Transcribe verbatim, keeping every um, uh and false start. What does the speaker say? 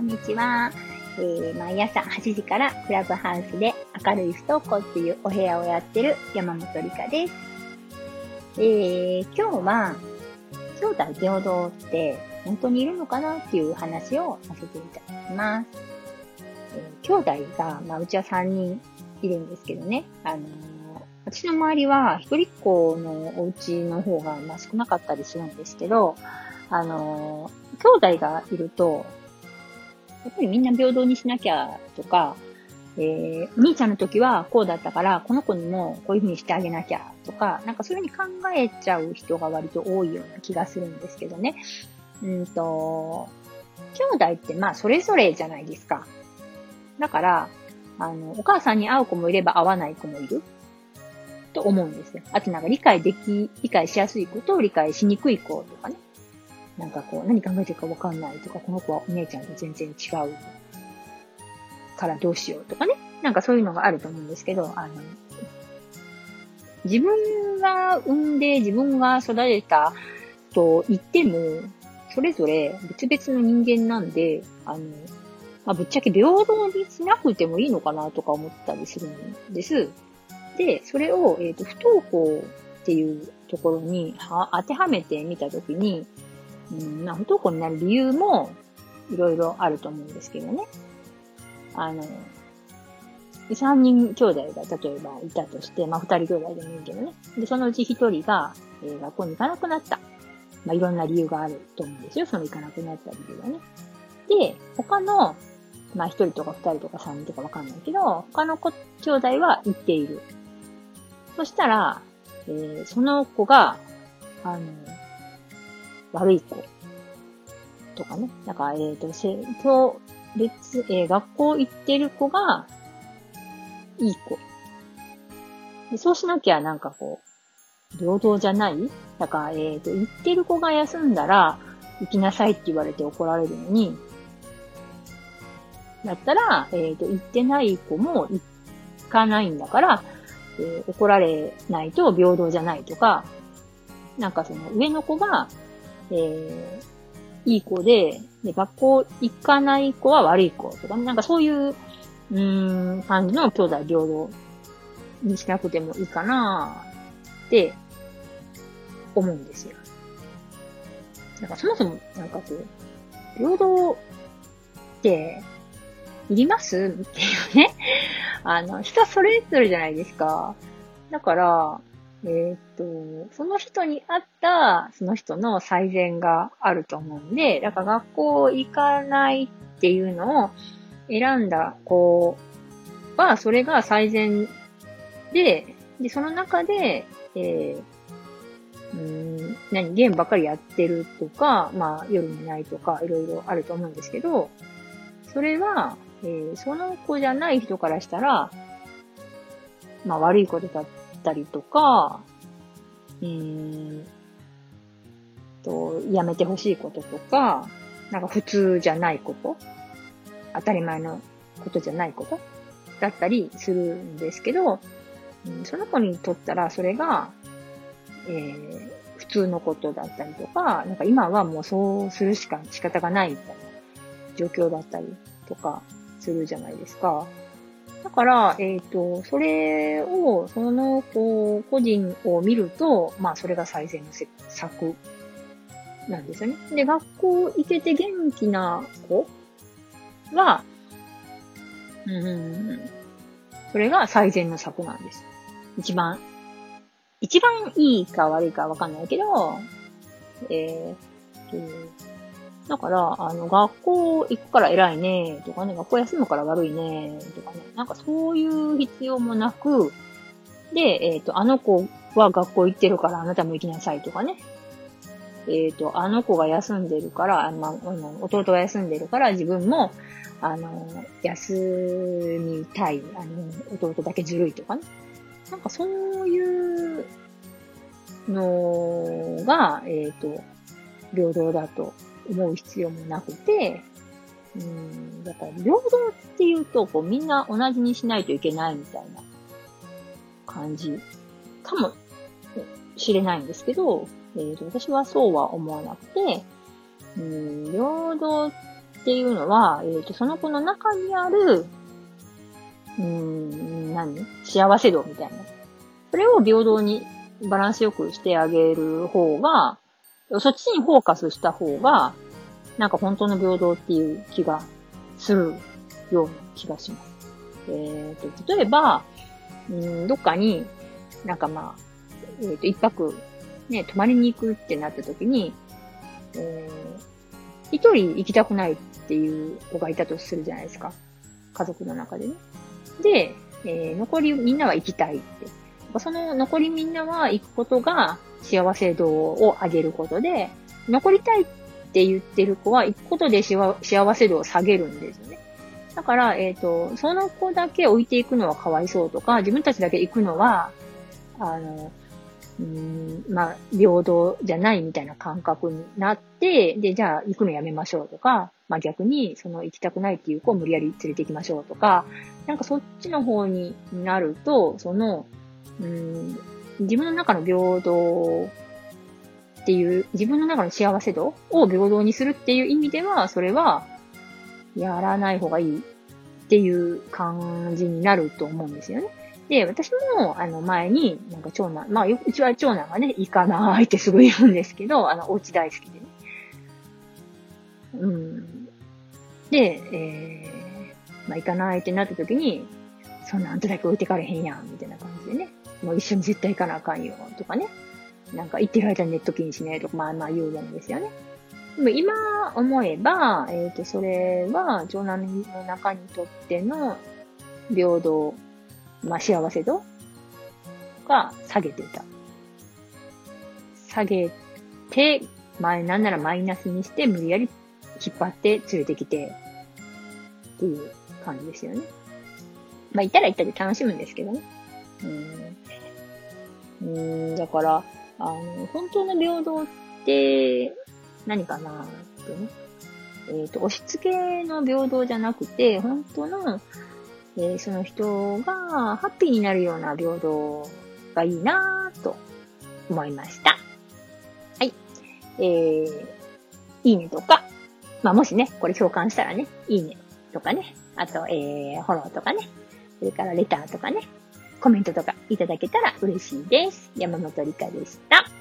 にちは。えー、毎朝はちじからクラブハウスで明るい不登校っていうお部屋をやってる山本理香です。えー、今日は兄弟平等って本当にいるのかなっていう話をさせていただきます。えー、兄弟が、まあうちはさんにんいるんですけどね、あのー、私の周りは一人っ子のお家の方がまあ少なかったりするんですけど、あのー、兄弟がいるとやっぱりみんな平等にしなきゃとか、えー、お兄ちゃんの時はこうだったから、この子にもこういう風にしてあげなきゃとか、なんかそういう風に考えちゃう人が割と多いような気がするんですけどね。うんと、兄弟ってまあそれぞれじゃないですか。だから、あの、お母さんに会う子もいれば会わない子もいると思うんですよ。あとなんか理解でき、理解しやすい子と理解しにくい子とかね。なんかこう、何考えてるかわかんないとか、この子はお姉ちゃんと全然違うからどうしようとかね。なんかそういうのがあると思うんですけど、あの、自分が産んで自分が育てたと言っても、それぞれ別々の人間なんで、あの、まあ、ぶっちゃけ平等にしなくてもいいのかなとか思ったりするんです。で、それを、えっと、不登校っていうところには当てはめてみたときに、うん、まあ、不登校になる理由もいろいろあると思うんですけどね。あの、三人兄弟が例えばいたとして、まあ二人兄弟でもいいけどね。で、そのうち一人が、えー、学校に行かなくなった。まあいろんな理由があると思うんですよ。その行かなくなった理由はね。で、他の、まあ一人とか二人とか三人とかわかんないけど、他の子、兄弟は行っている。そしたら、えー、その子が、あの、悪い子とかね。なんか、えっと、今日、別、えー、学校行ってる子が、いい子。で、そうしなきゃなんかこう、平等じゃない？だから、えっと、行ってる子が休んだら、行きなさいって言われて怒られるのに、だったら、えっと、行ってない子も行かないんだから、えー、怒られないと平等じゃないとか、なんかその上の子が、えー、いい子で、で、学校行かない子は悪い子とか、なんかそういう、うーん、感じの兄弟平等にしなくてもいいかなって思うんですよ。なんかそもそも、なんかこう、平等っていりますっていうね。あの、人それぞれじゃないですか。だから、えー、っと、その人に合った、その人の最善があると思うんで、だから学校行かないっていうのを選んだ子は、それが最善で、で、その中で、えー、うーん、何、ゲームばっかりやってるとか、まあ、夜寝ないとか、いろいろあると思うんですけど、それは、えー、その子じゃない人からしたら、まあ、悪いことだったりとか、うーんと、やめてほしいこととか、なんか普通じゃないこと、当たり前のことじゃないことだったりするんですけど、うん、その子にとったらそれが、えー、普通のことだったりとか、なんか今はもうそうするしか仕方がないみたいな状況だったりとかするじゃないですか。だから、えっと、それを、その子、個人を見ると、まあそれが最善の策なんですよね。で、学校行けて元気な子は、うん、それが最善の策なんです。一番、一番いいか悪いかわかんないけど、えー、だから、あの、学校行くから偉いね、とかね、学校休むから悪いね、とかね、なんかそういう必要もなく、で、えっと、あの子は学校行ってるからあなたも行きなさいとかね。えっと、あの子が休んでるから、まあ、あの、弟が休んでるから自分も、あの、休みたい、あの、弟だけずるいとかね。なんかそういうのが、えっと、平等だと思う必要もなくて、うん、だから平等っていうと、こうみんな同じにしないといけないみたいな感じかもしれないんですけど、えーと、私はそうは思わなくて、うん、平等っっていうのは、えっと、その子の中にある、うーん、何？幸せ度みたいな。それを平等にバランスよくしてあげる方が、そっちにフォーカスした方が、なんか本当の平等っていう気がするような気がします。えっと、例えば、うん、どっかに、なんかまあ、えっと、一泊、ね、泊まりに行くってなった時に、えー、一人行きたくないっていう子がいたとするじゃないですか。家族の中でね。で、えー、残りみんなは行きたいって。その残りみんなは行くことが幸せ度を上げることで、残りたいって言ってる子は行くことでしわ幸せ度を下げるんですよね。だから、えっと、その子だけ置いていくのはかわいそうとか、自分たちだけ行くのは、あの、うーん、まあ、平等じゃないみたいな感覚になって、で、じゃあ行くのやめましょうとか、まあ逆に、その行きたくないっていう子を無理やり連れて行きましょうとか、なんかそっちの方になると、その、うーん、自分の中の平等っていう、自分の中の幸せ度を平等にするっていう意味では、それは、やらない方がいいっていう感じになると思うんですよね。で、私も、あの、前に、なんか長男、まあ、うちは長男がね、行かないってすぐ言うんですけど、あの、お家大好きでね。うん。で、えー、まあ、行かないってなった時に、そんなあんただけ置いてかれへんやん、みたいな感じでね。もう一緒に絶対行かなあかんよ、とかね。なんか行ってる間にネット気にしね、とか、まあまあ言うじゃないですよね。でも今思えば、えっと、それは、長男の中にとっての平等、まあ幸せ度が下げてた。下げて、まあなんならマイナスにして無理やり引っ張って連れてきてっていう感じですよね。まあいたらいたで楽しむんですけどね。うーん。うーん、だから、あの、本当の平等って何かなってね。えっと、押し付けの平等じゃなくて、本当のえー、その人がハッピーになるような平等がいいなぁと思いました。はい。えー、いいねとか、まあもしね、これ共感したらね、いいねとかね、あと、えー、フォローとかね、それからレターとかね、コメントとかいただけたら嬉しいです。山本理香でした。